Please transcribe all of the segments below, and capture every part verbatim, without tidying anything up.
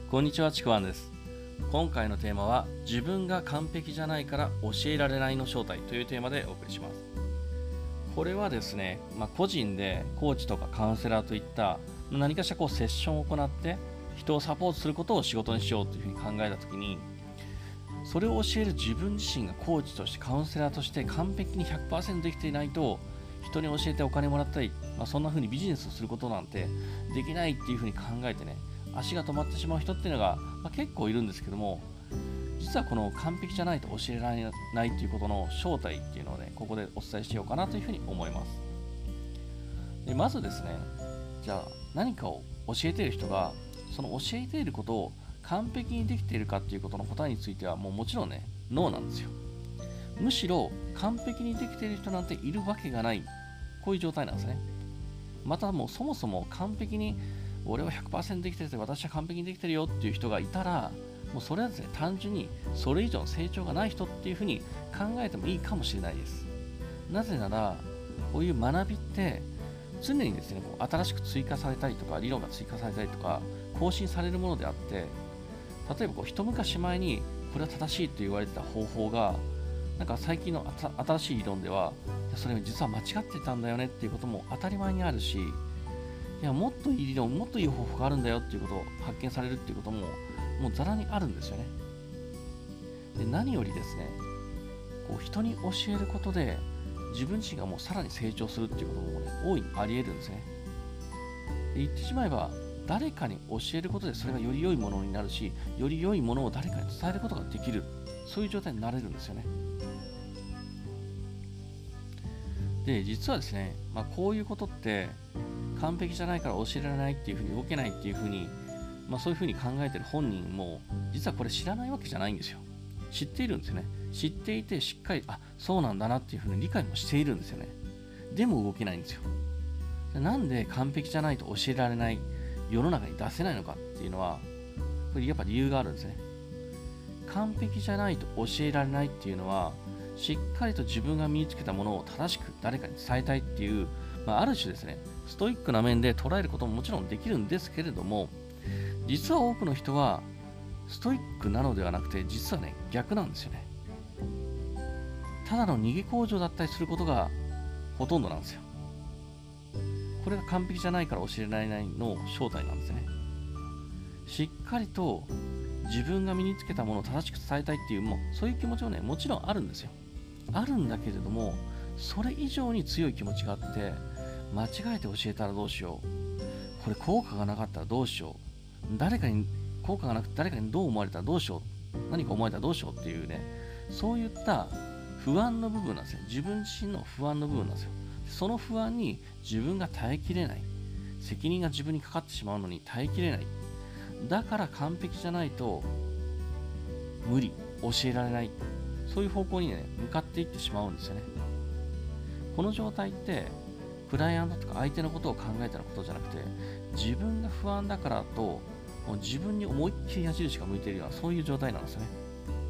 こんにちは、ちくわんです。今回のテーマは自分が完璧じゃないから教えられないの正体というテーマでお送りします。これはですね、まあ、個人でコーチとかカウンセラーといった何かしらこうセッションを行って人をサポートすることを仕事にしようというふうに考えたときに、それを教える自分自身がコーチとしてカウンセラーとして完璧に ひゃくパーセント できていないと、人に教えてお金もらったり、まあ、そんな風にビジネスをすることなんてできないっていう風に考えてね、足が止まってしまう人っていうのが、まあ、結構いるんですけども、実はこの完璧じゃないと教えられないっていうことの正体っていうのをね、ここでお伝えしようかなというふうに思います。でまずですね、じゃあ何かを教えている人がその教えていることを完璧にできているかっていうことの答えについてはもうもちろんね、ノーなんですよ。むしろ完璧にできている人なんているわけがない、こういう状態なんですね。またもうそもそも完璧に俺は ひゃくパーセント できてて私は完璧にできてるよっていう人がいたら、もうそれはですね、単純にそれ以上の成長がない人っていうふうに考えてもいいかもしれないです。なぜならこういう学びって常にですね、こう新しく追加されたりとか理論が追加されたりとか更新されるものであって、例えばこう一昔前にこれは正しいと言われてた方法がなんか最近の新しい理論ではそれ実は間違ってたんだよねっていうことも当たり前にあるし、いやもっといい理論、もっといい方法があるんだよっていうことを発見されるっていうことももうざらにあるんですよね。で何よりですね、こう人に教えることで自分自身がもうさらに成長するっていうこともね、大いにあり得るんですね。で言ってしまえば誰かに教えることでそれがより良いものになるし、より良いものを誰かに伝えることができる、そういう状態になれるんですよね。で実はですね、まあ、こういうことって完璧じゃないから教えられないっていうふうに動けないっていうふうに、まあ、そういうふうに考えてる本人も実はこれ知らないわけじゃないんですよ。知っているんですよね。知っていてしっかり、あ、そうなんだなっていうふうに理解もしているんですよね。でも動けないんですよ。なんで完璧じゃないと教えられない世の中に出せないのかっていうのは、これやっぱ理由があるんですね。完璧じゃないと教えられないっていうのは、しっかりと自分が身につけたものを正しく誰かに伝えたいっていう、まあ、ある種ですね、ストイックな面で捉えることももちろんできるんですけれども、実は多くの人はストイックなのではなくて、実はね、逆なんですよね。ただの逃げ工場だったりすることがほとんどなんですよ。これが完璧じゃないから教えられないの正体なんですね。しっかりと自分が身につけたものを正しく伝えたいっていう、もうそういう気持ちはね、もちろんあるんですよ。あるんだけれども、それ以上に強い気持ちがあって、間違えて教えたらどうしよう、これ効果がなかったらどうしよう、誰かに効果がなくて誰かにどう思われたらどうしよう、何か思われたらどうしようっていうね、そういった不安の部分なんですよ。自分自身の不安の部分なんですよ。その不安に自分が耐えきれない、責任が自分にかかってしまうのに耐えきれない、だから完璧じゃないと無理、教えられない、そういう方向にね、向かっていってしまうんですよね。この状態ってクライアントとか相手のことを考えてのことじゃなくて、自分が不安だからともう自分に思いっきり矢印が向いているような、そういう状態なんですよね。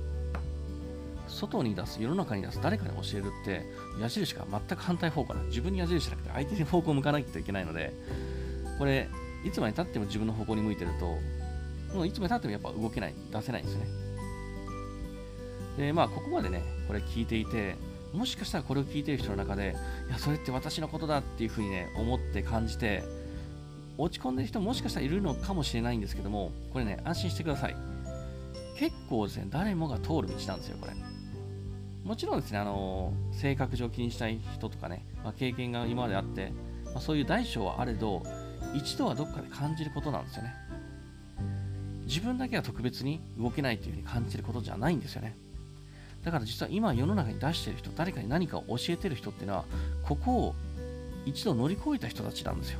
外に出す、世の中に出す、誰かに教えるって矢印が全く反対方向な、自分に矢印じゃなくて相手に方向を向かなきゃいけないので、これいつまでたっても自分の方向に向いてると、もういつまでたってもやっぱ動けない、出せないんですよね。でまあここまでね、これ聞いていて、もしかしたらこれを聞いている人の中で、いやそれって私のことだっていうふうにね、思って感じて落ち込んでる人ももしかしたらいるのかもしれないんですけども、これね、安心してください。結構ですね、誰もが通る道なんですよ、これ。もちろんですね、あのー性格上気にしたい人とかね、まあ、経験が今まであって、まあ、そういう大小はあれど一度はどっかで感じることなんですよね。自分だけは特別に動けないというふうに感じることじゃないんですよね。だから実は今世の中に出している人、誰かに何かを教えている人っていうのは、ここを一度乗り越えた人たちなんですよ。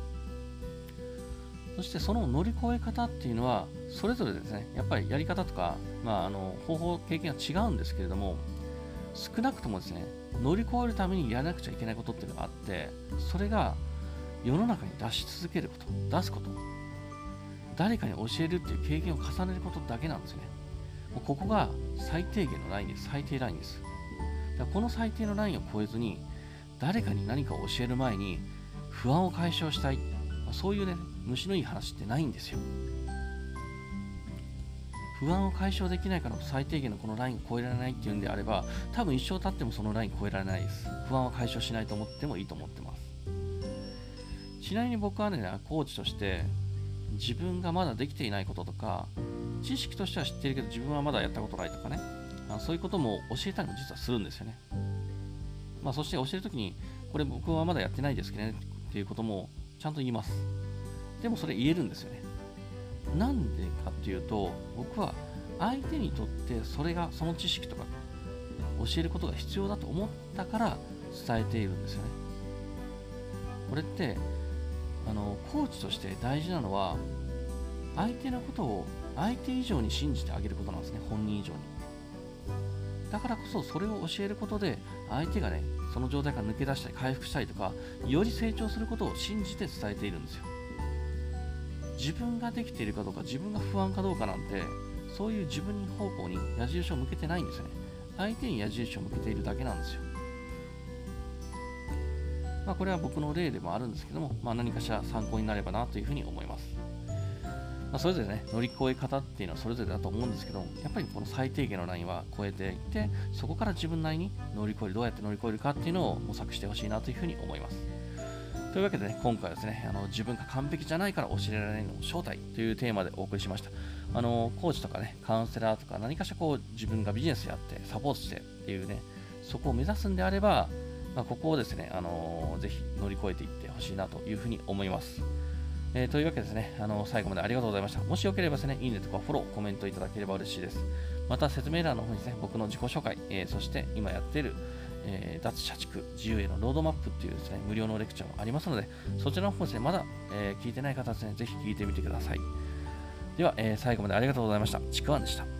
そしてその乗り越え方っていうのはそれぞれですね、やっぱりやり方とか、まあ、あの方法、経験は違うんですけれども、少なくともですね、乗り越えるためにやらなくちゃいけないことっていうのがあって、それが世の中に出し続けること、出すこと、誰かに教えるっていう経験を重ねることだけなんですよね。もうここが最低限のラインです。最低ラインです。だからこの最低のラインを超えずに誰かに何かを教える前に不安を解消したい、まあ、そういうね、虫のいい話ってないんですよ。 不安を解消できないから最低限のこのラインを超えられないっていうんであれば、多分一生経ってもそのライン超えられないです。不安は解消しないと思ってもいいと思ってます。ちなみに僕はね、コーチとして自分がまだできていないこととか、知識としては知ってるけど自分はまだやったことないとかね、あそういうことも教えたりも実はするんですよね。まあ、そして教えるときに、これ僕はまだやってないですけどねっていうこともちゃんと言います。でもそれ言えるんですよね。なんでかっていうと、僕は相手にとってそれが、その知識とか教えることが必要だと思ったから伝えているんですよね。これってあのコーチとして大事なのは、相手のことを相手以上に信じてあげることなんですね。本人以上に。だからこそそれを教えることで、相手がね、その状態から抜け出したり回復したりとか、より成長することを信じて伝えているんですよ。自分ができているかどうか、自分が不安かどうかなんて、そういう自分方向に矢印を向けてないんですよね。相手に矢印を向けているだけなんですよ。まあ、これは僕の例でもあるんですけども、まあ、何かしら参考になればなというふうに思います。まあ、それぞれね、乗り越え方っていうのはそれぞれだと思うんですけど、やっぱりこの最低限のラインは超えていって、そこから自分なりに乗り越える、どうやって乗り越えるかっていうのを模索してほしいなというふうに思います。というわけでね、今回はですね、あの自分が完璧じゃないから教えられないの正体というテーマでお送りしました。あのコーチとかね、カウンセラーとか何かしらこう自分がビジネスやってサポートしてっていうね、そこを目指すんであれば、まあ、ここをですね、あのー、ぜひ乗り越えていってほしいなというふうに思います。えー、というわけでですね、あのー、最後までありがとうございました。もしよければですね、いいねとかフォロー、コメントいただければ嬉しいです。また説明欄の方にですね、僕の自己紹介、えー、そして今やっている、えー、脱社畜自由へのロードマップっていうですね、無料のレクチャーもありますので、そちらの方ですね、まだ、えー、聞いてない方ですね、ぜひ聞いてみてください。では、えー、最後までありがとうございました。ちくわんでした。